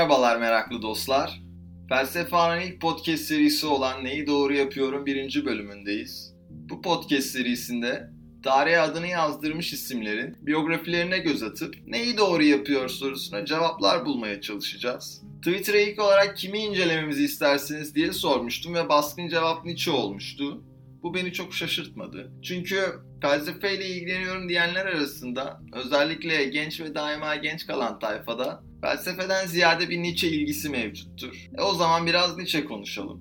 Merhabalar meraklı dostlar. Felsefe'nin ilk podcast serisi olan Neyi Doğru Yapıyorum 1. bölümündeyiz. Bu podcast serisinde tarihe adını yazdırmış isimlerin biyografilerine göz atıp neyi doğru yapıyor sorusuna cevaplar bulmaya çalışacağız. Twitter'a ilk olarak kimi incelememizi istersiniz diye sormuştum ve baskın cevap Nietzsche olmuştu. Bu beni çok şaşırtmadı. Çünkü felsefeyle ilgileniyorum diyenler arasında özellikle genç ve daima genç kalan tayfada felsefeden ziyade bir Nietzsche ilgisi mevcuttur. O zaman biraz Nietzsche konuşalım.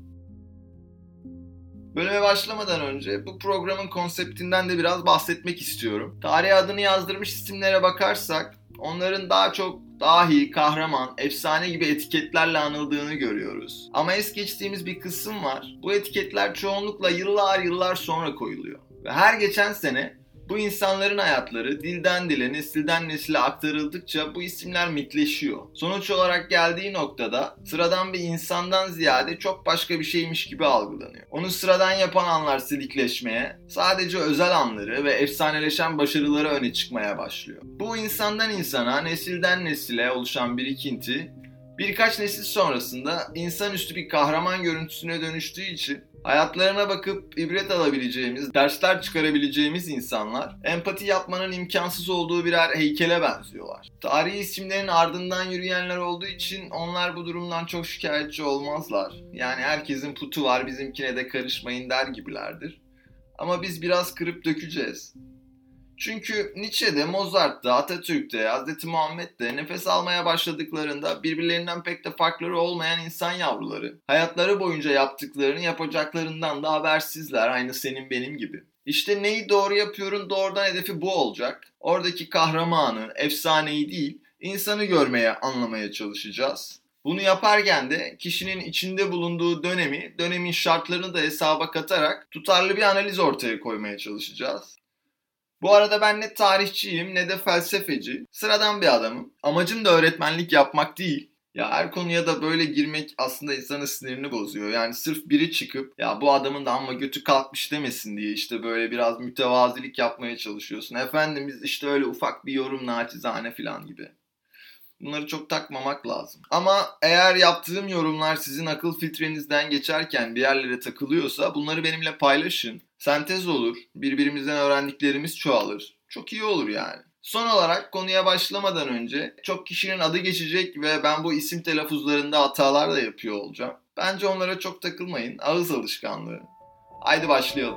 Bölüme başlamadan önce bu programın konseptinden de biraz bahsetmek istiyorum. Tarihe adını yazdırmış isimlere bakarsak onların daha çok dahi, kahraman, efsane gibi etiketlerle anıldığını görüyoruz. Ama es geçtiğimiz bir kısım var. Bu etiketler çoğunlukla yıllar sonra koyuluyor. Ve her geçen sene bu insanların hayatları dilden dile, nesilden nesile aktarıldıkça bu isimler mitleşiyor. Sonuç olarak geldiği noktada sıradan bir insandan ziyade çok başka bir şeymiş gibi algılanıyor. Onu sıradan yapan anlar silikleşmeye, sadece özel anları ve efsaneleşen başarıları öne çıkmaya başlıyor. Bu insandan insana, nesilden nesile oluşan birikinti, birkaç nesil sonrasında insanüstü bir kahraman görüntüsüne dönüştüğü için hayatlarına bakıp ibret alabileceğimiz, dersler çıkarabileceğimiz insanlar empati yapmanın imkansız olduğu birer heykele benziyorlar. Tarihi isimlerin ardından yürüyenler olduğu için onlar bu durumdan çok şikayetçi olmazlar. Yani herkesin putu var, bizimkine de karışmayın der gibilerdir. Ama biz biraz kırıp dökeceğiz. Çünkü Nietzsche'de, Mozart'ta, Atatürk'te, Hz. Muhammed'de nefes almaya başladıklarında birbirlerinden pek de farkları olmayan insan yavruları. Hayatları boyunca yaptıklarını yapacaklarından da habersizler, aynı senin benim gibi. İşte neyi doğru yapıyorun doğrudan hedefi bu olacak. Oradaki kahramanı, efsaneyi değil, insanı görmeye, anlamaya çalışacağız. Bunu yaparken de kişinin içinde bulunduğu dönemin şartlarını da hesaba katarak tutarlı bir analiz ortaya koymaya çalışacağız. Bu arada ben ne tarihçiyim ne de felsefeci. Sıradan bir adamım. Amacım da öğretmenlik yapmak değil. Ya her konuya da böyle girmek aslında insanın sinirini bozuyor. Yani sırf biri çıkıp ya bu adamın da amma götü kalkmış demesin diye işte böyle biraz mütevazilik yapmaya çalışıyorsun. Efendimiz işte öyle ufak bir yorum naçizane falan gibi. Bunları çok takmamak lazım. Ama eğer yaptığım yorumlar sizin akıl filtrenizden geçerken bir yerlere takılıyorsa bunları benimle paylaşın. Sentez olur, birbirimizden öğrendiklerimiz çoğalır. Çok iyi olur yani. Son olarak konuya başlamadan önce çok kişinin adı geçecek ve ben bu isim telaffuzlarında hatalar da yapıyor olacağım. Bence onlara çok takılmayın, ağız alışkanlığı. Haydi başlayalım.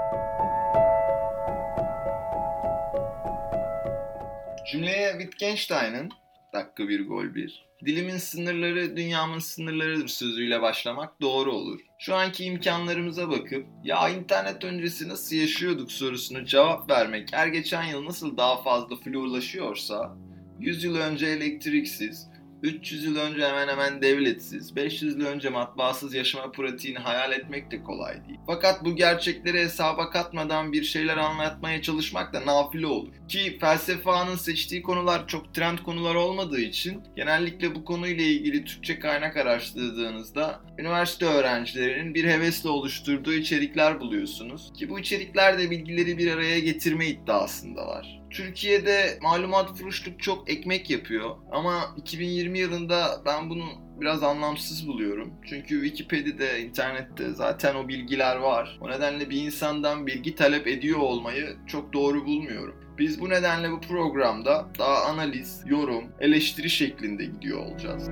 Cümleye Wittgenstein'ın dakika bir gol bir. Dilimin sınırları dünyamın sınırlarıdır sözüyle başlamak doğru olur. Şu anki imkanlarımıza bakıp ya internet öncesi nasıl yaşıyorduk sorusuna cevap vermek her geçen yıl nasıl daha fazla fluorlaşıyorsa 100 yıl önce elektriksiz, 300 yıl önce hemen hemen devletsiz, 500 yıl önce matbaasız yaşama pratiğini hayal etmek de kolay değil. Fakat bu gerçekleri hesaba katmadan bir şeyler anlatmaya çalışmak da nafile olur. Ki felsefanın seçtiği konular çok trend konular olmadığı için genellikle bu konuyla ilgili Türkçe kaynak araştırdığınızda üniversite öğrencilerinin bir hevesle oluşturduğu içerikler buluyorsunuz. Ki bu içerikler de bilgileri bir araya getirme iddiasındalar. Türkiye'de malumat furuşluk çok ekmek yapıyor ama 2020 yılında ben bunu biraz anlamsız buluyorum. Çünkü Wikipedia'da, internette zaten o bilgiler var. O nedenle bir insandan bilgi talep ediyor olmayı çok doğru bulmuyorum. Biz bu nedenle bu programda daha analiz, yorum, eleştiri şeklinde gidiyor olacağız.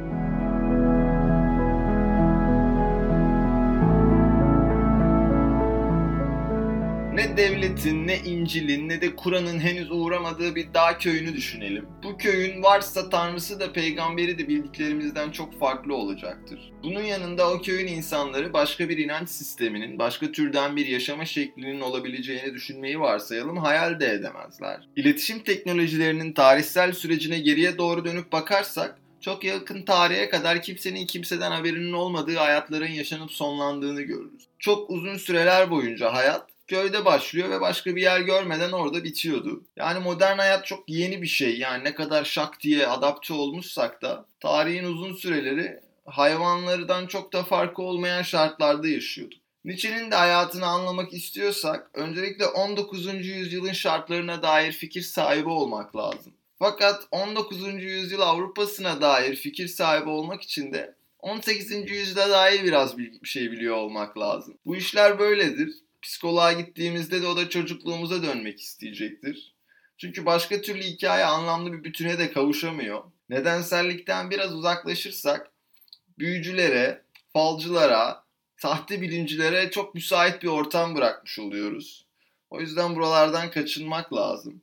Ne devletin, ne İncil'in, ne de Kur'an'ın henüz uğramadığı bir dağ köyünü düşünelim. Bu köyün varsa tanrısı da peygamberi de bildiklerimizden çok farklı olacaktır. Bunun yanında o köyün insanları başka bir inanç sisteminin, başka türden bir yaşama şeklinin olabileceğini düşünmeyi varsayalım, hayal de edemezler. İletişim teknolojilerinin tarihsel sürecine geriye doğru dönüp bakarsak, çok yakın tarihe kadar kimsenin kimseden haberinin olmadığı hayatların yaşanıp sonlandığını görürüz. Çok uzun süreler boyunca hayat köyde başlıyor ve başka bir yer görmeden orada bitiyordu. Yani modern hayat çok yeni bir şey. Yani ne kadar şak diye adapte olmuşsak da tarihin uzun süreleri hayvanlardan çok da farkı olmayan şartlarda yaşıyorduk. Nietzsche'nin de hayatını anlamak istiyorsak öncelikle 19. yüzyılın şartlarına dair fikir sahibi olmak lazım. Fakat 19. yüzyıl Avrupa'sına dair fikir sahibi olmak için de 18. yüzyıla dair biraz bir şey biliyor olmak lazım. Bu işler böyledir. Psikoloğa gittiğimizde de o da çocukluğumuza dönmek isteyecektir. Çünkü başka türlü hikaye anlamlı bir bütüne de kavuşamıyor. Nedensellikten biraz uzaklaşırsak büyücülere, falcılara, sahte bilimcilere çok müsait bir ortam bırakmış oluyoruz. O yüzden buralardan kaçınmak lazım.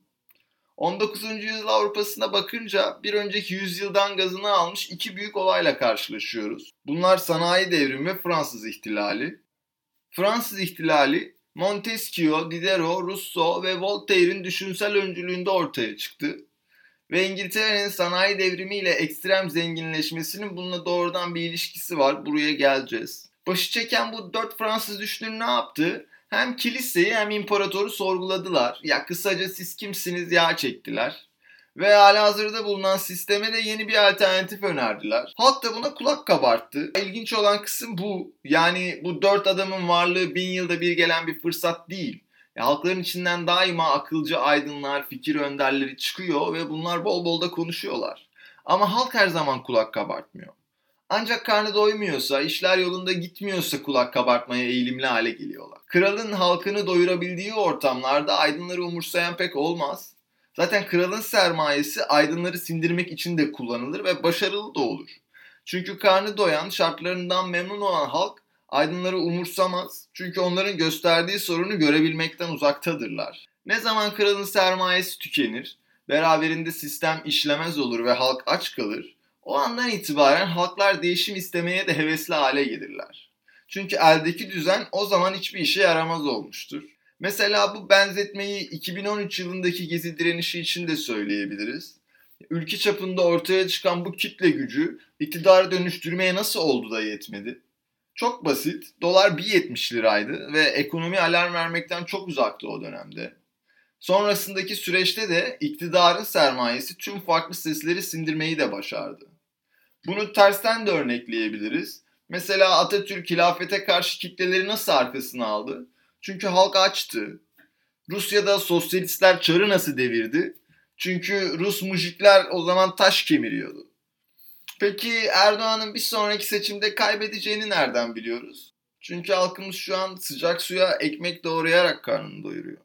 19. yüzyıl Avrupa'sına bakınca bir önceki yüzyıldan gazını almış iki büyük olayla karşılaşıyoruz. Bunlar sanayi devrimi ve Fransız ihtilali. Fransız ihtilali Montesquieu, Diderot, Rousseau ve Voltaire'in düşünsel öncülüğünde ortaya çıktı. Ve İngiltere'nin sanayi devrimiyle ekstrem zenginleşmesinin bununla doğrudan bir ilişkisi var. Buraya geleceğiz. Başı çeken bu 4 Fransız düşünür ne yaptı? Hem kiliseyi hem imparatoru sorguladılar. Ya kısaca siz kimsiniz ya çektiler. Ve halihazırda bulunan sisteme de yeni bir alternatif önerdiler. Halk da buna kulak kabarttı. İlginç olan kısım bu. Yani bu 4 adamın varlığı 1000 yılda bir gelen bir fırsat değil. Halkların içinden daima akılcı aydınlar, fikir önderleri çıkıyor ve bunlar bol bol da konuşuyorlar. Ama halk her zaman kulak kabartmıyor. Ancak karnı doymuyorsa, işler yolunda gitmiyorsa kulak kabartmaya eğilimli hale geliyorlar. Kralın halkını doyurabildiği ortamlarda aydınları umursayan pek olmaz. Zaten kralın sermayesi aydınları sindirmek için de kullanılır ve başarılı da olur. Çünkü karnı doyan, şartlarından memnun olan halk aydınları umursamaz. Çünkü onların gösterdiği sorunu görebilmekten uzaktadırlar. Ne zaman kralın sermayesi tükenir, beraberinde sistem işlemez olur ve halk aç kalır, o andan itibaren halklar değişim istemeye de hevesli hale gelirler. Çünkü eldeki düzen o zaman hiçbir işe yaramaz olmuştur. Mesela bu benzetmeyi 2013 yılındaki Gezi direnişi için de söyleyebiliriz. Ülke çapında ortaya çıkan bu kitle gücü iktidarı dönüştürmeye nasıl oldu da yetmedi? Çok basit. Dolar 1.70 liraydı ve ekonomi alarm vermekten çok uzaktı o dönemde. Sonrasındaki süreçte de iktidarın sermayesi tüm farklı sesleri sindirmeyi de başardı. Bunu tersten de örnekleyebiliriz. Mesela Atatürk hilafete karşı kitleleri nasıl arkasına aldı? Çünkü halk açtı. Rusya'da sosyalistler çarı nasıl devirdi? Çünkü Rus mujikler o zaman taş kemiriyordu. Peki Erdoğan'ın bir sonraki seçimde kaybedeceğini nereden biliyoruz? Çünkü halkımız şu an sıcak suya ekmek doğrayarak karnını doyuruyor.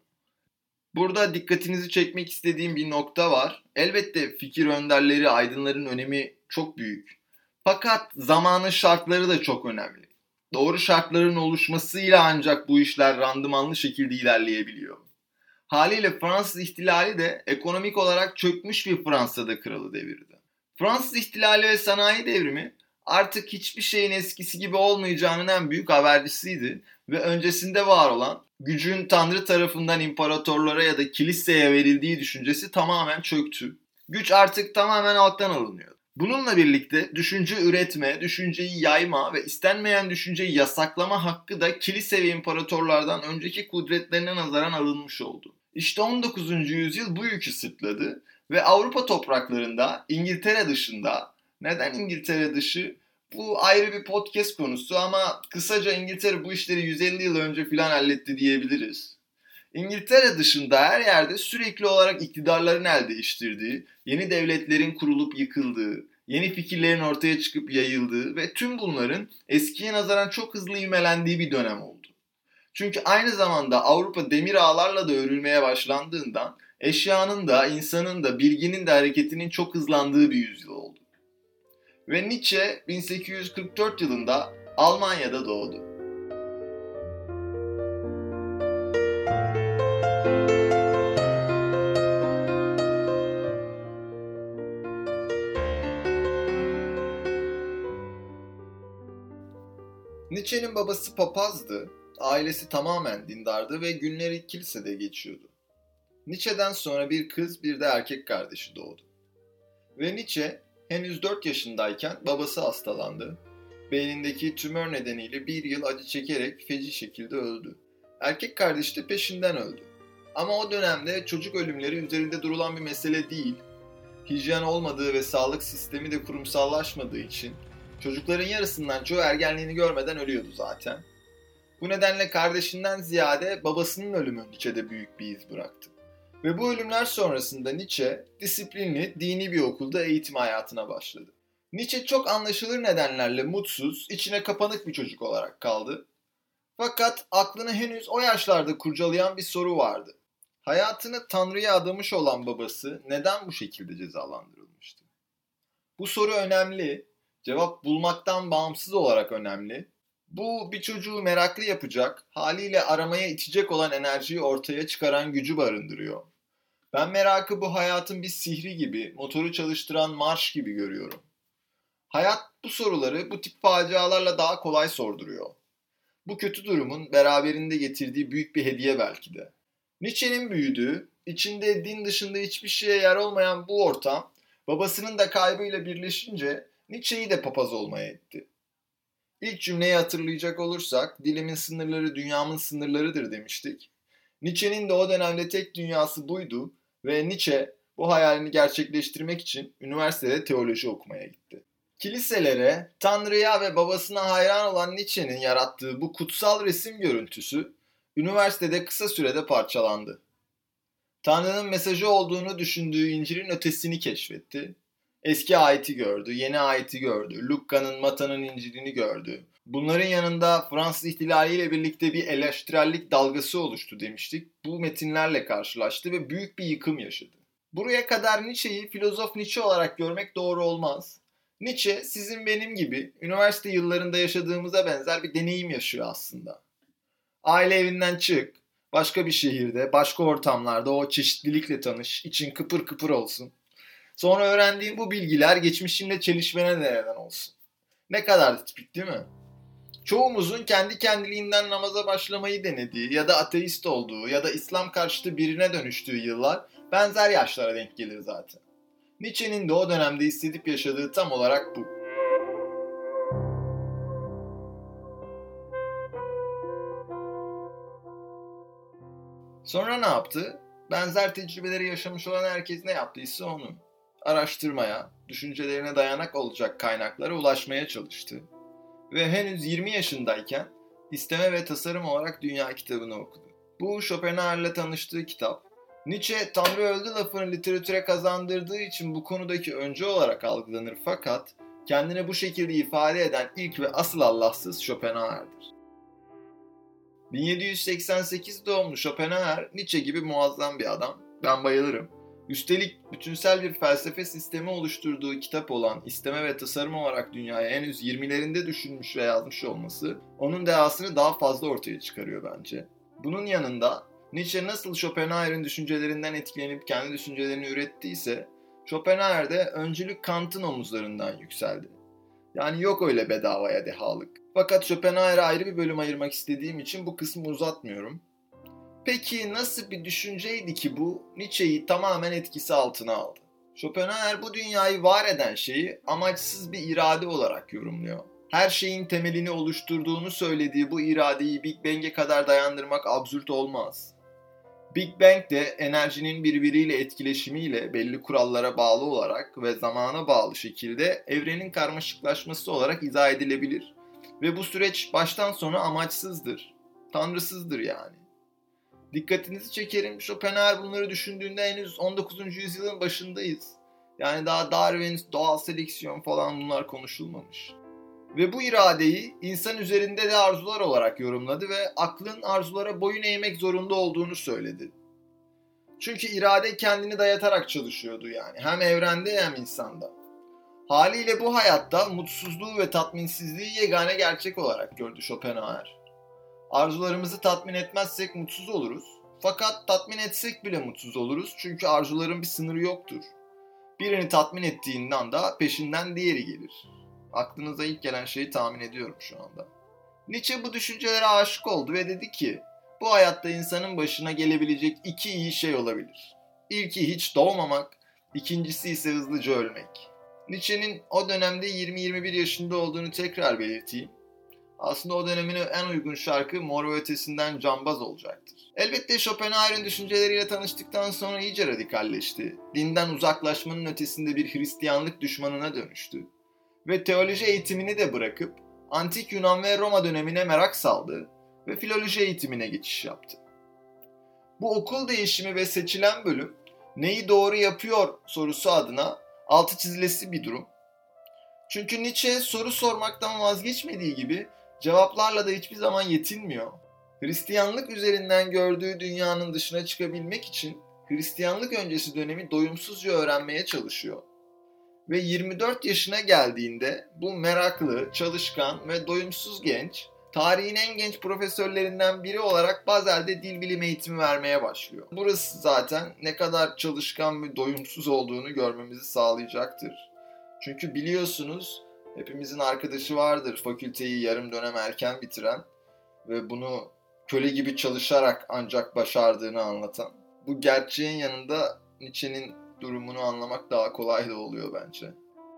Burada dikkatinizi çekmek istediğim bir nokta var. Elbette fikir önderleri, aydınların önemi çok büyük. Fakat zamanın şartları da çok önemli. Doğru şartların oluşmasıyla ancak bu işler randımanlı şekilde ilerleyebiliyor. Haliyle Fransız ihtilali de ekonomik olarak çökmüş bir Fransa'da kralı devirdi. Fransız ihtilali ve sanayi devrimi artık hiçbir şeyin eskisi gibi olmayacağının en büyük habercisiydi ve öncesinde var olan gücün Tanrı tarafından imparatorlara ya da kiliseye verildiği düşüncesi tamamen çöktü. Güç artık tamamen halktan alınıyor. Bununla birlikte düşünce üretme, düşünceyi yayma ve istenmeyen düşünceyi yasaklama hakkı da kilise ve imparatorlardan önceki kudretlerine nazaran alınmış oldu. İşte 19. yüzyıl bu yükü sırtladı ve Avrupa topraklarında İngiltere dışında, neden İngiltere dışı? Bu ayrı bir podcast konusu ama kısaca İngiltere bu işleri 150 yıl önce filan halletti diyebiliriz. İngiltere dışında her yerde sürekli olarak iktidarların el değiştirdiği, yeni devletlerin kurulup yıkıldığı, yeni fikirlerin ortaya çıkıp yayıldığı ve tüm bunların eskiye nazaran çok hızlı ivmelendiği bir dönem oldu. Çünkü aynı zamanda Avrupa demir ağlarla da örülmeye başlandığından eşyanın da, insanın da, bilginin de hareketinin çok hızlandığı bir yüzyıl oldu. Ve Nietzsche 1844 yılında Almanya'da doğdu. Nietzsche'nin babası papazdı, ailesi tamamen dindardı ve günleri kilisede geçiyordu. Nietzsche'den sonra bir kız bir de erkek kardeşi doğdu. Ve Nietzsche henüz 4 yaşındayken babası hastalandı. Beynindeki tümör nedeniyle 1 yıl acı çekerek feci şekilde öldü. Erkek kardeşi de peşinden öldü. Ama o dönemde çocuk ölümleri üzerinde durulan bir mesele değil. Hijyen olmadığı ve sağlık sistemi de kurumsallaşmadığı için çocukların yarısından çoğu ergenliğini görmeden ölüyordu zaten. Bu nedenle kardeşinden ziyade babasının ölümü Nietzsche'de büyük bir iz bıraktı. Ve bu ölümler sonrasında Nietzsche disiplinli, dini bir okulda eğitim hayatına başladı. Nietzsche çok anlaşılır nedenlerle mutsuz, içine kapanık bir çocuk olarak kaldı. Fakat aklını henüz o yaşlarda kurcalayan bir soru vardı. Hayatını Tanrı'ya adamış olan babası neden bu şekilde cezalandırılmıştı? Bu soru önemli, cevap bulmaktan bağımsız olarak önemli. Bu bir çocuğu meraklı yapacak, haliyle aramaya itecek olan enerjiyi ortaya çıkaran gücü barındırıyor. Ben merakı bu hayatın bir sihri gibi, motoru çalıştıran marş gibi görüyorum. Hayat bu soruları bu tip facialarla daha kolay sorduruyor. Bu kötü durumun beraberinde getirdiği büyük bir hediye belki de. Nietzsche'nin büyüdüğü, içinde din dışında hiçbir şeye yer olmayan bu ortam, babasının da kaybıyla birleşince Nietzsche'yi de papaz olmaya itti. İlk cümleyi hatırlayacak olursak, dilimin sınırları dünyamın sınırlarıdır demiştik. Nietzsche'nin de o dönemde tek dünyası buydu ve Nietzsche bu hayalini gerçekleştirmek için üniversitede teoloji okumaya gitti. Kiliselere, Tanrı'ya ve babasına hayran olan Nietzsche'nin yarattığı bu kutsal resim görüntüsü üniversitede kısa sürede parçalandı. Tanrı'nın mesajı olduğunu düşündüğü İncil'in ötesini keşfetti. Eski ayeti gördü, yeni ayeti gördü, Lukka'nın, Mata'nın İncil'ini gördü. Bunların yanında Fransız ihtilaliyle birlikte bir eleştirellik dalgası oluştu demiştik. Bu metinlerle karşılaştı ve büyük bir yıkım yaşadı. Buraya kadar Nietzsche'yi filozof Nietzsche olarak görmek doğru olmaz. Nietzsche sizin benim gibi üniversite yıllarında yaşadığımıza benzer bir deneyim yaşıyor aslında. Aile evinden çık, başka bir şehirde, başka ortamlarda o çeşitlilikle tanış, için kıpır kıpır olsun. Sonra öğrendiğin bu bilgiler geçmişinle çelişmene de neden olsun. Ne kadar tipik değil mi? Çoğumuzun kendi kendiliğinden namaza başlamayı denediği ya da ateist olduğu ya da İslam karşıtı birine dönüştüğü yıllar benzer yaşlara denk gelir zaten. Nietzsche'nin de o dönemde hissedip yaşadığı tam olarak bu. Sonra ne yaptı? Benzer tecrübeleri yaşamış olan herkes ne yaptıysa onu. Araştırmaya, düşüncelerine dayanak olacak kaynaklara ulaşmaya çalıştı. Ve henüz 20 yaşındayken İsteme ve Tasarım olarak Dünya kitabını okudu. Bu Schopenhauer'la tanıştığı kitap. Nietzsche Tanrı öldü lafını literatüre kazandırdığı için bu konudaki öncü olarak algılanır fakat kendini bu şekilde ifade eden ilk ve asıl Allahsız Schopenhauer'dir. 1788 doğumlu Schopenhauer, Nietzsche gibi muazzam bir adam. Ben bayılırım. Üstelik bütünsel bir felsefe sistemi oluşturduğu kitap olan İsteme ve Tasarım olarak Dünya'ya henüz 20'lerinde düşünmüş ve yazmış olması onun dehasını daha fazla ortaya çıkarıyor bence. Bunun yanında Nietzsche nasıl Schopenhauer'in düşüncelerinden etkilenip kendi düşüncelerini ürettiyse Schopenhauer de öncülük Kant'ın omuzlarından yükseldi. Yani yok öyle bedavaya dehalık. Fakat Schopenhauer'a ayrı bir bölüm ayırmak istediğim için bu kısmı uzatmıyorum. Peki nasıl bir düşünceydi ki bu Nietzsche'yi tamamen etkisi altına aldı? Schopenhauer bu dünyayı var eden şeyi amaçsız bir irade olarak yorumluyor. Her şeyin temelini oluşturduğunu söylediği bu iradeyi Big Bang'e kadar dayandırmak absürt olmaz. Big Bang de enerjinin birbiriyle etkileşimiyle belli kurallara bağlı olarak ve zamana bağlı şekilde evrenin karmaşıklaşması olarak izah edilebilir. Ve bu süreç baştan sona amaçsızdır, tanrısızdır yani. Dikkatinizi çekerim, Schopenhauer bunları düşündüğünde henüz 19. yüzyılın başındayız. Yani daha Darwin, doğal seleksiyon falan bunlar konuşulmamış. Ve bu iradeyi insan üzerinde de arzular olarak yorumladı ve aklın arzulara boyun eğmek zorunda olduğunu söyledi. Çünkü irade kendini dayatarak çalışıyordu yani. Hem evrende hem insanda. Haliyle bu hayatta mutsuzluğu ve tatminsizliği yegane gerçek olarak gördü Schopenhauer. Arzularımızı tatmin etmezsek mutsuz oluruz. Fakat tatmin etsek bile mutsuz oluruz çünkü arzuların bir sınırı yoktur. Birini tatmin ettiğin anda peşinden diğeri gelir. Aklınıza ilk gelen şeyi tahmin ediyorum şu anda. Nietzsche bu düşüncelere aşık oldu ve dedi ki, bu hayatta insanın başına gelebilecek iki iyi şey olabilir. İlki hiç doğmamak, ikincisi ise hızlıca ölmek. Nietzsche'nin o dönemde 20-21 yaşında olduğunu tekrar belirteyim. Aslında o dönemine en uygun şarkı Mor ve Ötesi'nden Cambaz olacaktır. Elbette Schopenhauer'in düşünceleriyle tanıştıktan sonra iyice radikalleşti. Dinden uzaklaşmanın ötesinde bir Hristiyanlık düşmanına dönüştü. Ve teoloji eğitimini de bırakıp Antik Yunan ve Roma dönemine merak saldı ve filoloji eğitimine geçiş yaptı. Bu okul değişimi ve seçilen bölüm neyi doğru yapıyor sorusu adına altı çizilesi bir durum. Çünkü Nietzsche soru sormaktan vazgeçmediği gibi cevaplarla da hiçbir zaman yetinmiyor. Hristiyanlık üzerinden gördüğü dünyanın dışına çıkabilmek için Hristiyanlık öncesi dönemi doyumsuzca öğrenmeye çalışıyor. Ve 24 yaşına geldiğinde bu meraklı, çalışkan ve doyumsuz genç, tarihin en genç profesörlerinden biri olarak Basel'de dil bilimi eğitimi vermeye başlıyor. Burası zaten ne kadar çalışkan ve doyumsuz olduğunu görmemizi sağlayacaktır. Çünkü biliyorsunuz hepimizin arkadaşı vardır fakülteyi yarım dönem erken bitiren ve bunu köle gibi çalışarak ancak başardığını anlatan. Bu gerçeğin yanında Nietzsche'nin durumunu anlamak daha kolay da oluyor bence.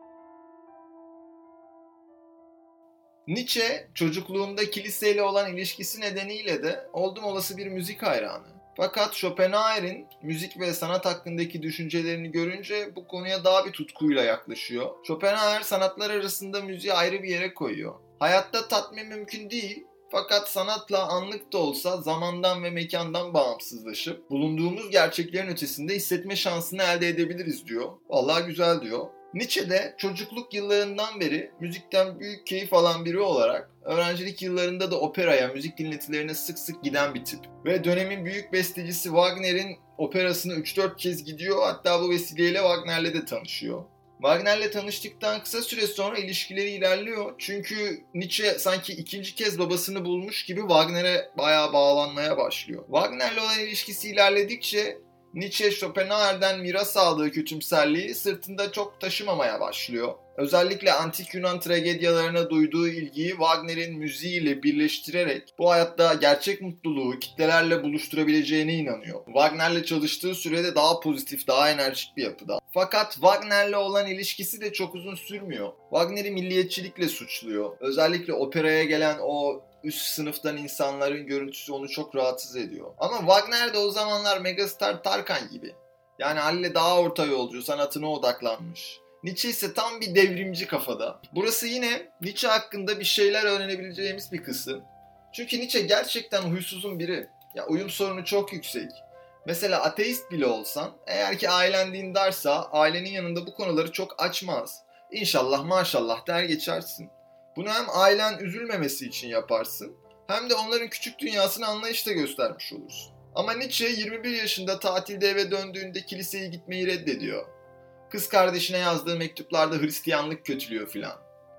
Nietzsche çocukluğunda kiliseyle olan ilişkisi nedeniyle de oldum olası bir müzik hayranı. Fakat Schopenhauer'in müzik ve sanat hakkındaki düşüncelerini görünce bu konuya daha bir tutkuyla yaklaşıyor. Schopenhauer sanatlar arasında müziği ayrı bir yere koyuyor. Hayatta tatmin mümkün değil, fakat sanatla anlık da olsa zamandan ve mekandan bağımsızlaşıp bulunduğumuz gerçeklerin ötesinde hissetme şansını elde edebiliriz diyor. Vallahi güzel diyor. Nietzsche de çocukluk yıllarından beri müzikten büyük keyif alan biri olarak öğrencilik yıllarında da operaya, müzik dinletilerine sık sık giden bir tip. Ve dönemin büyük bestecisi Wagner'in operasını 3-4 kez gidiyor, hatta bu vesileyle Wagner'le de tanışıyor. Wagner'le tanıştıktan kısa süre sonra ilişkileri ilerliyor. Çünkü Nietzsche sanki ikinci kez babasını bulmuş gibi Wagner'e bayağı bağlanmaya başlıyor. Wagner'le olan ilişkisi ilerledikçe Nietzsche Schopenhauer'den miras aldığı kötümserliği sırtında çok taşımamaya başlıyor. Özellikle antik Yunan tragedyalarına duyduğu ilgiyi Wagner'in müziğiyle birleştirerek bu hayatta gerçek mutluluğu kitlelerle buluşturabileceğine inanıyor. Wagner'le çalıştığı sürede daha pozitif, daha enerjik bir yapıda. Fakat Wagner'le olan ilişkisi de çok uzun sürmüyor. Wagner'i milliyetçilikle suçluyor. Özellikle operaya gelen o üst sınıftan insanların görüntüsü onu çok rahatsız ediyor. Ama Wagner de o zamanlar megastar Tarkan gibi. Yani haliyle daha orta yolcu, sanatına odaklanmış. Nietzsche ise tam bir devrimci kafada. Burası yine Nietzsche hakkında bir şeyler öğrenebileceğimiz bir kısım. Çünkü Nietzsche gerçekten huysuzun biri. Ya uyum sorunu çok yüksek. Mesela ateist bile olsan, eğer ki ailen dindarsa ailenin yanında bu konuları çok açmaz. İnşallah maşallah der geçersin. Bunu hem ailen üzülmemesi için yaparsın, hem de onların küçük dünyasını anlayışla göstermiş olursun. Ama Nietzsche 21 yaşında tatilde eve döndüğünde kiliseye gitmeyi reddediyor. Kız kardeşine yazdığı mektuplarda Hristiyanlık kötülüyor filan.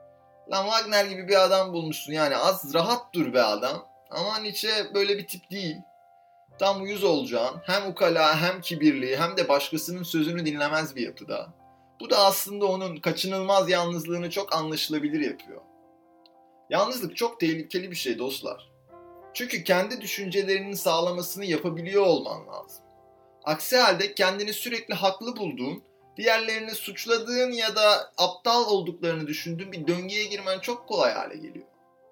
Lan Wagner gibi bir adam bulmuşsun, yani az rahat dur be adam. Ama Nietzsche böyle bir tip değil. Tam uyuz olacağın, hem ukala hem kibirli hem de başkasının sözünü dinlemez bir yapıda. Bu da aslında onun kaçınılmaz yalnızlığını çok anlaşılabilir yapıyor. Yalnızlık çok tehlikeli bir şey dostlar. Çünkü kendi düşüncelerinin sağlamasını yapabiliyor olman lazım. Aksi halde kendini sürekli haklı bulduğun, diğerlerini suçladığın ya da aptal olduklarını düşündüğün bir döngüye girmen çok kolay hale geliyor.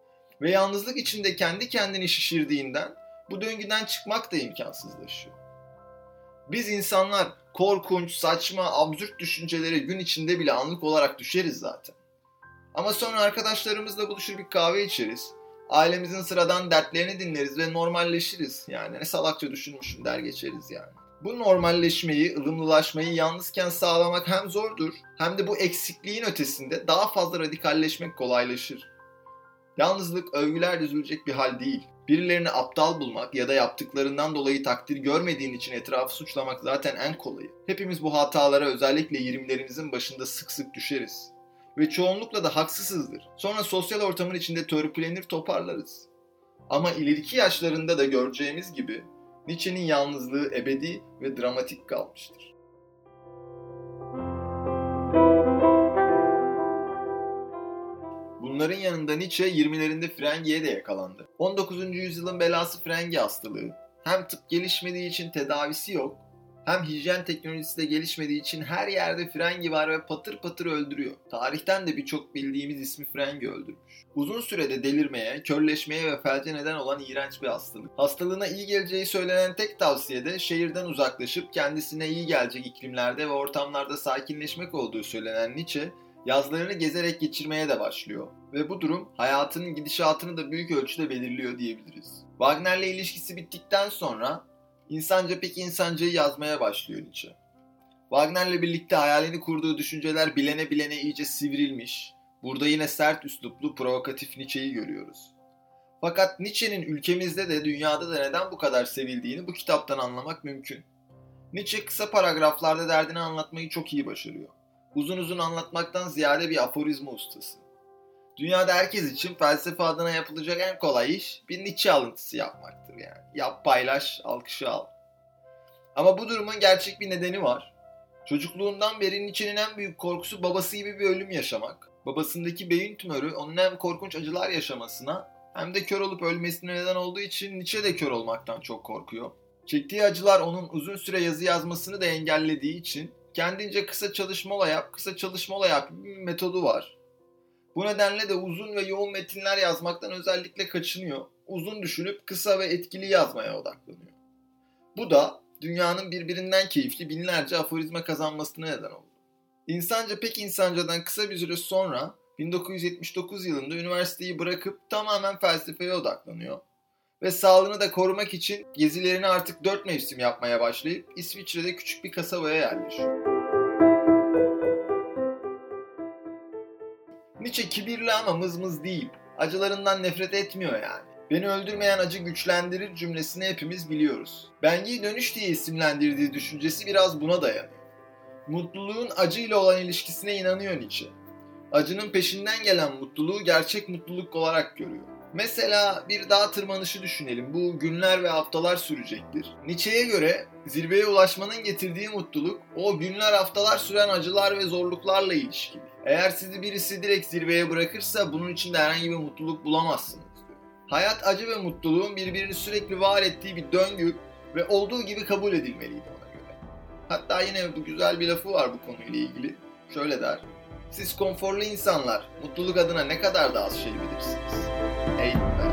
Ve yalnızlık içinde kendi kendini şişirdiğinden bu döngüden çıkmak da imkansızlaşıyor. Biz insanlar korkunç, saçma, absürt düşüncelere gün içinde bile anlık olarak düşeriz zaten. Ama sonra arkadaşlarımızla buluşur bir kahve içeriz. Ailemizin sıradan dertlerini dinleriz ve normalleşiriz. Yani ne salakça düşünmüşüm der geçeriz yani. Bu normalleşmeyi, ılımlılaşmayı yalnızken sağlamak hem zordur hem de bu eksikliğin ötesinde daha fazla radikalleşmek kolaylaşır. Yalnızlık övgüler düzülecek bir hal değil. Birilerini aptal bulmak ya da yaptıklarından dolayı takdir görmediğin için etrafı suçlamak zaten en kolayı. Hepimiz bu hatalara özellikle 20'lerimizin başında sık sık düşeriz. Ve çoğunlukla da haksızızdır. Sonra sosyal ortamın içinde törpülenir toparlarız. Ama ileriki yaşlarında da göreceğimiz gibi Nietzsche'nin yalnızlığı ebedi ve dramatik kalmıştır. Bunların yanında Nietzsche 20'lerinde frengiye de yakalandı. 19. yüzyılın belası frengi hastalığı. Hem tıp gelişmediği için tedavisi yok, hem hijyen teknolojisi de gelişmediği için her yerde frengi var ve patır patır öldürüyor. Tarihten de birçok bildiğimiz ismi frengi öldürmüş. Uzun sürede delirmeye, körleşmeye ve felce neden olan iğrenç bir hastalık. Hastalığına iyi geleceği söylenen tek tavsiye de şehirden uzaklaşıp kendisine iyi gelecek iklimlerde ve ortamlarda sakinleşmek olduğu söylenen Nietzsche, yazlarını gezerek geçirmeye de başlıyor. Ve bu durum hayatının gidişatını da büyük ölçüde belirliyor diyebiliriz. Wagner'le ilişkisi bittikten sonra İnsanca pek insancayı yazmaya başlıyor Nietzsche. Wagner'le birlikte hayalini kurduğu düşünceler bilene bilene iyice sivrilmiş. Burada yine sert üsluplu, provokatif Nietzsche'yi görüyoruz. Fakat Nietzsche'nin ülkemizde de dünyada da neden bu kadar sevildiğini bu kitaptan anlamak mümkün. Nietzsche kısa paragraflarda derdini anlatmayı çok iyi başarıyor. Uzun uzun anlatmaktan ziyade bir aforizma ustası. Dünyada herkes için felsefe adına yapılacak en kolay iş bir Nietzsche alıntısı yapmaktır yani. Yap, paylaş, alkışı al. Ama bu durumun gerçek bir nedeni var. Çocukluğundan beri Nietzsche'nin en büyük korkusu babası gibi bir ölüm yaşamak. Babasındaki beyin tümörü onun hem korkunç acılar yaşamasına hem de kör olup ölmesine neden olduğu için Nietzsche de kör olmaktan çok korkuyor. Çektiği acılar onun uzun süre yazı yazmasını da engellediği için kendince kısa çalışma yap bir metodu var. Bu nedenle de uzun ve yoğun metinler yazmaktan özellikle kaçınıyor. Uzun düşünüp kısa ve etkili yazmaya odaklanıyor. Bu da dünyanın birbirinden keyifli binlerce aforizma kazanmasına neden oldu. İnsanca pek insancadan kısa bir süre sonra 1979 yılında üniversiteyi bırakıp tamamen felsefeye odaklanıyor. Ve sağlığını da korumak için gezilerini artık 4 mevsim yapmaya başlayıp İsviçre'de küçük bir kasabaya yerleşiyor. Nietzsche kibirli ama mızmız değil. Acılarından nefret etmiyor yani. Beni öldürmeyen acı güçlendirir cümlesini hepimiz biliyoruz. Bengi'yi dönüş diye isimlendirdiği düşüncesi biraz buna dayanıyor. Mutluluğun acıyla olan ilişkisine inanıyor Nietzsche. Acının peşinden gelen mutluluğu gerçek mutluluk olarak görüyor. Mesela bir dağ tırmanışı düşünelim. Bu günler ve haftalar sürecektir. Nietzsche'ye göre zirveye ulaşmanın getirdiği mutluluk o günler haftalar süren acılar ve zorluklarla ilişkili. Eğer sizi birisi direkt zirveye bırakırsa bunun içinde herhangi bir mutluluk bulamazsınız diyor. Hayat acı ve mutluluğun birbirini sürekli var ettiği bir döngü ve olduğu gibi kabul edilmeliydi ona göre. Hatta yine bu güzel bir lafı var bu konuyla ilgili. Şöyle der. Siz konforlu insanlar mutluluk adına ne kadar da az şey bilirsiniz. Ey be.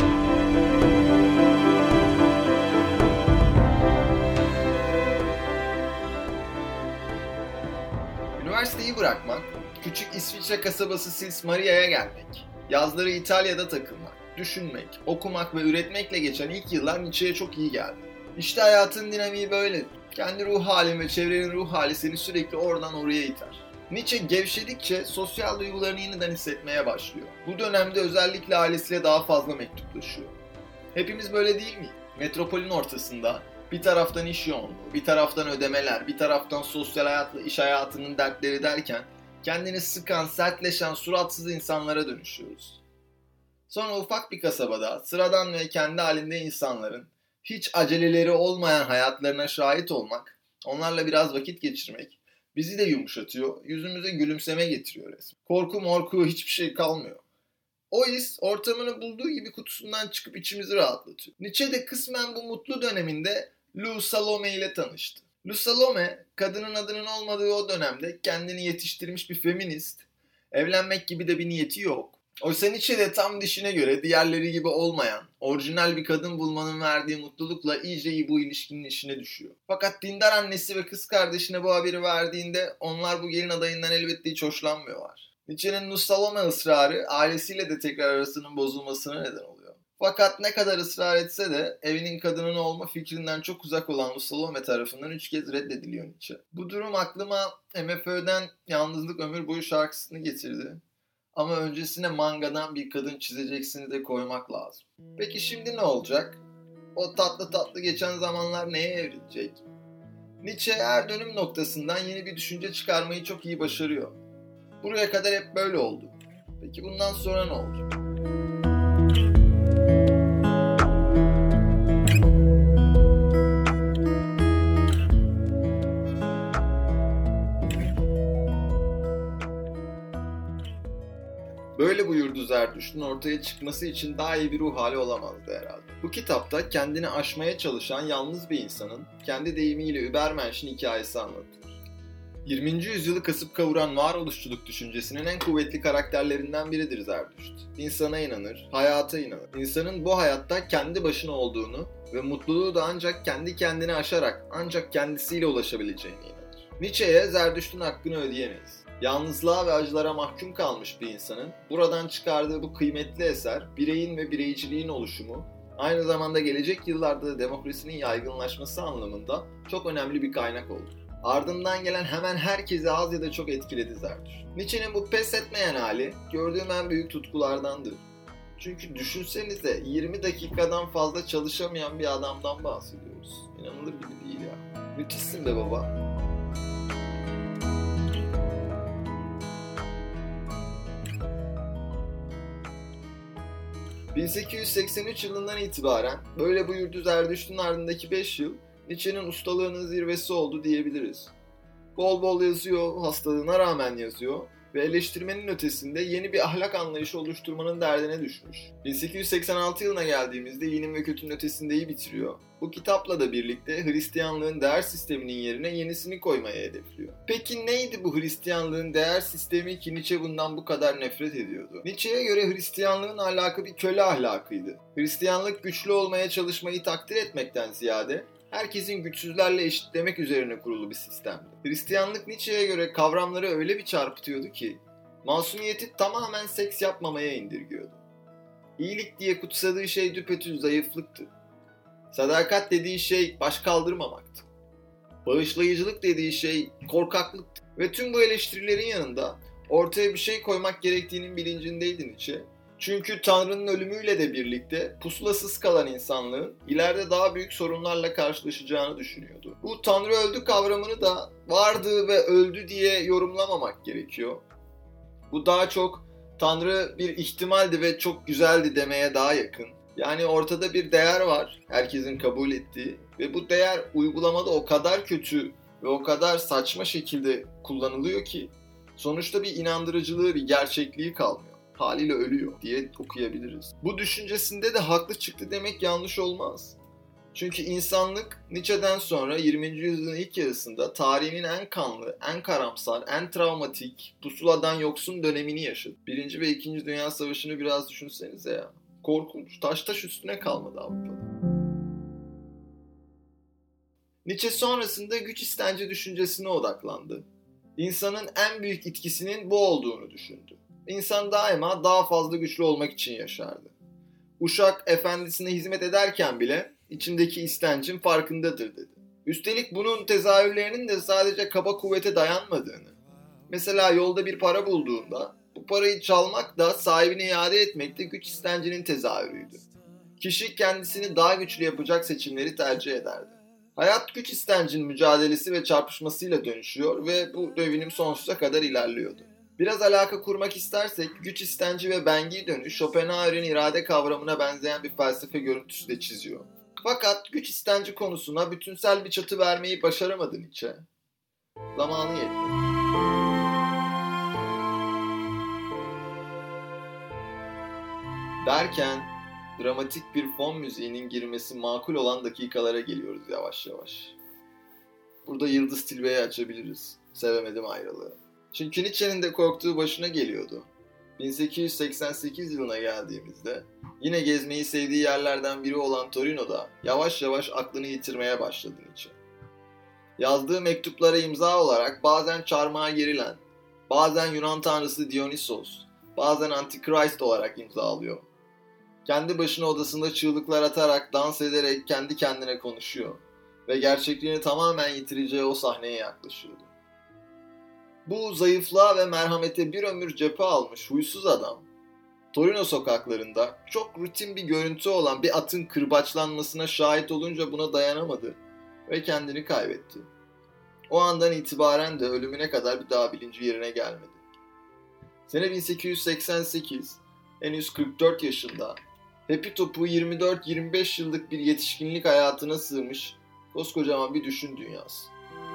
Üniversiteyi bırakmak, küçük İsviçre kasabası Sils Maria'ya gelmek, yazları İtalya'da takılmak, düşünmek, okumak ve üretmekle geçen ilk yıllar Nietzsche'ye çok iyi geldi. İşte hayatın dinamiği böyle. Kendi ruh halin ve çevrenin ruh hali seni sürekli oradan oraya iter. Nietzsche gevşedikçe sosyal duygularını yeniden hissetmeye başlıyor. Bu dönemde özellikle ailesiyle daha fazla mektuplaşıyor. Hepimiz böyle değil mi? Metropolün ortasında bir taraftan iş yoğunluğu, bir taraftan ödemeler, bir taraftan sosyal hayatla iş hayatının dertleri derken kendini sıkan, sertleşen, suratsız insanlara dönüşüyoruz. Sonra ufak bir kasabada sıradan ve kendi halinde insanların hiç aceleleri olmayan hayatlarına şahit olmak, onlarla biraz vakit geçirmek bizi de yumuşatıyor, yüzümüze gülümseme getiriyor resmen. Korku morku hiçbir şey kalmıyor. O his ortamını bulduğu gibi kutusundan çıkıp içimizi rahatlatıyor. Nietzsche de kısmen bu mutlu döneminde Lou Salome ile tanıştı. Lou Salome, kadının adının olmadığı o dönemde kendini yetiştirmiş bir feminist, evlenmek gibi de bir niyeti yok. Oysa Nietzsche de tam dişine göre diğerleri gibi olmayan, orijinal bir kadın bulmanın verdiği mutlulukla iyice bu ilişkinin içine düşüyor. Fakat dindar annesi ve kız kardeşine bu haberi verdiğinde onlar bu gelin adayından elbette hiç hoşlanmıyorlar. Nietzsche'nin Lou Salome ısrarı ailesiyle de tekrar arasının bozulmasına neden oluyor. Fakat ne kadar ısrar etse de evinin kadının olma fikrinden çok uzak olan Lou Salome tarafından 3 kez reddediliyor Nietzsche. Bu durum aklıma MFÖ'den Yalnızlık Ömür Boyu şarkısını getirdi. Ama öncesine mangadan bir kadın çizeceksini de koymak lazım. Peki şimdi ne olacak? O tatlı tatlı geçen zamanlar neye evrilecek? Nietzsche her dönüm noktasından yeni bir düşünce çıkarmayı çok iyi başarıyor. Buraya kadar hep böyle oldu. Peki bundan sonra ne olacak? Böyle buyurdu Zerdüşt'ün ortaya çıkması için daha iyi bir ruh hali olamazdı herhalde. Bu kitapta kendini aşmaya çalışan yalnız bir insanın kendi deyimiyle Übermensch'in hikayesi anlatılır. 20. yüzyılı kasıp kavuran varoluşçuluk düşüncesinin en kuvvetli karakterlerinden biridir Zerdüşt. İnsana inanır, hayata inanır. İnsanın bu hayatta kendi başına olduğunu ve mutluluğu da ancak kendi kendini aşarak, ancak kendisiyle ulaşabileceğine inanır. Nietzsche'ye Zerdüşt'ün hakkını ödeyemeyiz. Yalnızlığa ve acılara mahkum kalmış bir insanın buradan çıkardığı bu kıymetli eser, bireyin ve bireyciliğin oluşumu Aynı zamanda gelecek yıllarda da demokrasinin yaygınlaşması anlamında çok önemli bir kaynak oldu. Ardından gelen hemen herkesi az ya da çok etkiledi Zerdüşt. Nietzsche'nin bu pes etmeyen hali gördüğüm en büyük tutkulardandır. Çünkü düşünsenize 20 dakikadan fazla çalışamayan bir adamdan bahsediyoruz. İnanılır gibi değil ya. Müthişsin be baba. ...1883 yılından itibaren böyle buyurdu Zerdüşt'ün ardındaki 5 yıl... ...Nietzsche'nin ustalığının zirvesi oldu diyebiliriz. Bol bol yazıyor, hastalığına rağmen yazıyor... ...ve eleştirmenin ötesinde yeni bir ahlak anlayışı oluşturmanın derdine düşmüş. 1886 yılına geldiğimizde iyinin ve kötünün ötesindeyi bitiriyor. Bu kitapla da birlikte Hristiyanlığın değer sisteminin yerine yenisini koymaya hedefliyor. Peki neydi bu Hristiyanlığın değer sistemi ki Nietzsche bundan bu kadar nefret ediyordu? Nietzsche'ye göre Hristiyanlığın ahlakı bir köle ahlakıydı. Hristiyanlık güçlü olmaya çalışmayı takdir etmekten ziyade herkesin güçsüzlerle eşitlemek üzerine kurulu bir sistemdi. Hristiyanlık Nietzsche'ye göre kavramları öyle bir çarpıtıyordu ki masumiyeti tamamen seks yapmamaya indirgiyordu. İyilik diye kutsadığı şey düpedüz zayıflıktı. Sadakat dediği şey baş kaldırmamaktı. Bağışlayıcılık dediği şey korkaklıktı. Ve tüm bu eleştirilerin yanında ortaya bir şey koymak gerektiğinin bilincindeydi Nietzsche. Çünkü Tanrı'nın ölümüyle de birlikte pusulasız kalan insanlığın ileride daha büyük sorunlarla karşılaşacağını düşünüyordu. Bu Tanrı öldü kavramını da vardı ve öldü diye yorumlamamak gerekiyor. Bu daha çok Tanrı bir ihtimaldi ve çok güzeldi demeye daha yakın. Yani ortada bir değer var, herkesin kabul ettiği ve bu değer uygulamada o kadar kötü ve o kadar saçma şekilde kullanılıyor ki sonuçta bir inandırıcılığı, bir gerçekliği kalmıyor. Haliyle ölüyor diye okuyabiliriz. Bu düşüncesinde de haklı çıktı demek yanlış olmaz. Çünkü insanlık Nietzsche'den sonra 20. yüzyılın ilk yarısında tarihinin en kanlı, en karamsar, en travmatik, pusuladan yoksun dönemini yaşadı. 1. ve 2. Dünya Savaşı'nı biraz düşünsenize ya. Korkunç. Taş üstüne kalmadı Avrupa'da. Nietzsche sonrasında güç istenci düşüncesine odaklandı. İnsanın en büyük itkisinin bu olduğunu düşündü. İnsan daima daha fazla güçlü olmak için yaşardı. Uşak efendisine hizmet ederken bile içindeki istencin farkındadır dedi. Üstelik bunun tezahürlerinin de sadece kaba kuvvete dayanmadığını, mesela yolda bir para bulduğunda bu parayı çalmak da sahibine iade etmek de güç istencinin tezahürüydü. Kişi kendisini daha güçlü yapacak seçimleri tercih ederdi. Hayat güç istencinin mücadelesi ve çarpışmasıyla dönüşüyor ve bu devinim sonsuza kadar ilerliyordu. Biraz alaka kurmak istersek güç istenci ve bengi dönüş Schopenhauer'in irade kavramına benzeyen bir felsefe görüntüsü de çiziyor. Fakat güç istenci konusuna bütünsel bir çatı vermeyi başaramadı Nietzsche. Zamanı yetmedi. Derken dramatik bir fon müziğinin girmesi makul olan dakikalara geliyoruz yavaş yavaş. Burada Yıldız Tilbe'yi açabiliriz. Sevemedim ayrılığı. Çünkü Nietzsche'nin de korktuğu başına geliyordu. 1888 yılına geldiğimizde yine gezmeyi sevdiği yerlerden biri olan Torino'da yavaş yavaş aklını yitirmeye başladı Nietzsche. Yazdığı mektuplara imza olarak bazen çarmıha gerilen, bazen Yunan tanrısı Dionysos, bazen Antichrist olarak imza alıyor. Kendi başına odasında çığlıklar atarak, dans ederek kendi kendine konuşuyor ve gerçekliğini tamamen yitireceği o sahneye yaklaşıyordu. Bu zayıflığa ve merhamete bir ömür cephe almış huysuz adam, Torino sokaklarında çok rutin bir görüntü olan bir atın kırbaçlanmasına şahit olunca buna dayanamadı ve kendini kaybetti. O andan itibaren de ölümüne kadar bir daha bilinci yerine gelmedi. Sene 1888, henüz 44 yaşında, hepi topu 24-25 yıllık bir yetişkinlik hayatına sığmış koskocaman bir düşün dünyası.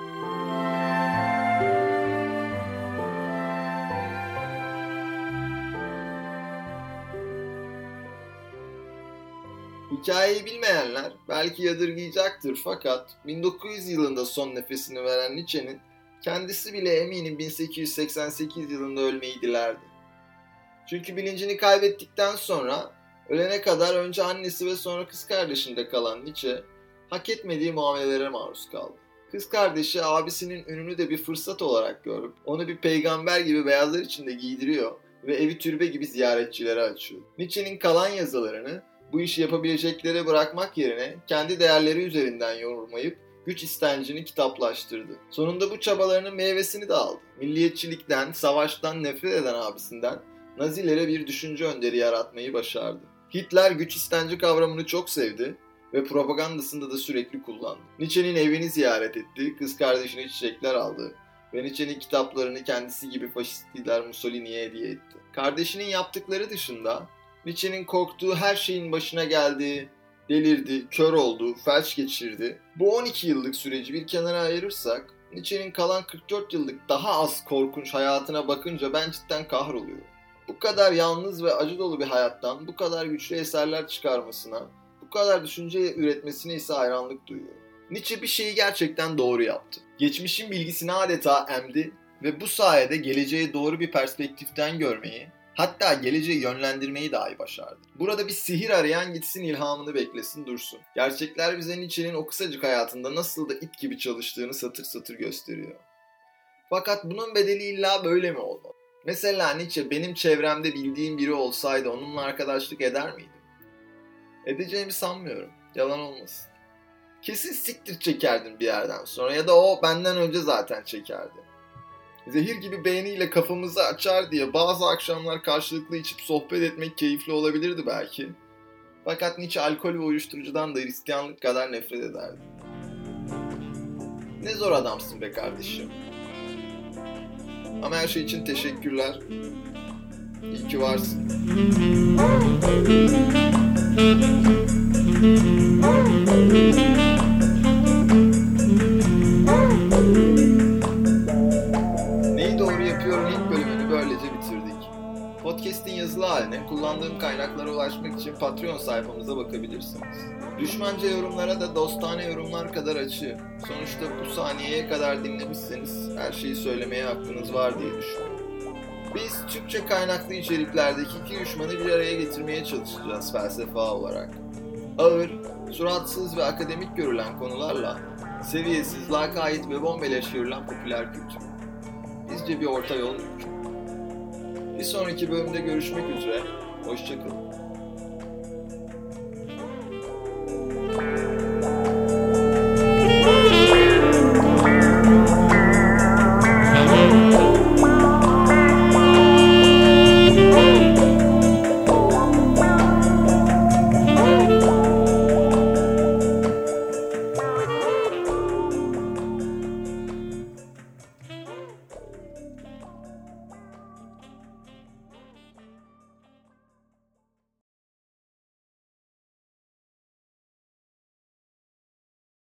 Hikayeyi bilmeyenler belki yadırgayacaktır fakat 1900 yılında son nefesini veren Nietzsche'nin kendisi bile eminim 1888 yılında ölmeyi dilerdi. Çünkü bilincini kaybettikten sonra ölene kadar önce annesi ve sonra kız kardeşinde kalan Nietzsche hak etmediği muamelelere maruz kaldı. Kız kardeşi abisinin ününü de bir fırsat olarak görüp onu bir peygamber gibi beyazlar içinde giydiriyor ve evi türbe gibi ziyaretçilere açıyor. Nietzsche'nin kalan yazılarını Bu işi yapabilecekleri bırakmak yerine kendi değerleri üzerinden yorulmayıp güç istencini kitaplaştırdı. Sonunda bu çabalarının meyvesini de aldı. Milliyetçilikten, savaştan nefret eden abisinden Nazilere bir düşünce önderi yaratmayı başardı. Hitler güç istenci kavramını çok sevdi ve propagandasında da sürekli kullandı. Nietzsche'nin evini ziyaret etti, kız kardeşine çiçekler aldı ve Nietzsche'nin kitaplarını kendisi gibi faşist lider Mussolini'ye hediye etti. Kardeşinin yaptıkları dışında Nietzsche'nin korktuğu her şeyin başına geldi, delirdi, kör oldu, felç geçirdi. Bu 12 yıllık süreci bir kenara ayırırsak, Nietzsche'nin kalan 44 yıllık daha az korkunç hayatına bakınca ben cidden kahroluyorum. Bu kadar yalnız ve acı dolu bir hayattan bu kadar güçlü eserler çıkarmasına, bu kadar düşünce üretmesine ise hayranlık duyuyorum. Nietzsche bir şeyi gerçekten doğru yaptı. Geçmişin bilgisini adeta emdi ve bu sayede geleceği doğru bir perspektiften görmeyi, hatta geleceği yönlendirmeyi dahi başardı. Burada bir sihir arayan gitsin ilhamını beklesin dursun. Gerçekler bize Nietzsche'nin o kısacık hayatında nasıl da it gibi çalıştığını satır satır gösteriyor. Fakat bunun bedeli illa böyle mi olmalı? Mesela Nietzsche benim çevremde bildiğim biri olsaydı onunla arkadaşlık eder miydim? Edeceğimi sanmıyorum. Yalan olmasın. Kesin siktir çekerdim bir yerden sonra ya da o benden önce zaten çekerdi. Zehir gibi beğeniyle kafamızı açar diye bazı akşamlar karşılıklı içip sohbet etmek keyifli olabilirdi belki. Fakat Nietzsche alkol ve uyuşturucudan da Hristiyanlık kadar nefret ederdi. Ne zor adamsın be kardeşim. Ama her şey için teşekkürler. İyi ki varsın. Neyi Doğru Yapıyorum ilk bölümünü böylece bitirdik. Podcast'in yazılı haline kullandığım kaynaklara ulaşmak için Patreon sayfamıza bakabilirsiniz. Düşmanca yorumlara da dostane yorumlar kadar açığım. Sonuçta bu saniyeye kadar dinlemişseniz her şeyi söylemeye hakkınız var diye düşünüyorum. Biz Türkçe kaynaklı içeriklerdeki iki düşmanı bir araya getirmeye çalışacağız felsefe olarak. Ağır, suratsız ve akademik görülen konularla seviyesiz, lakayt ve bombeleş görülen popüler kültür. Bizce bir orta yol mümkün. Bir sonraki bölümde görüşmek üzere, hoşça kalın.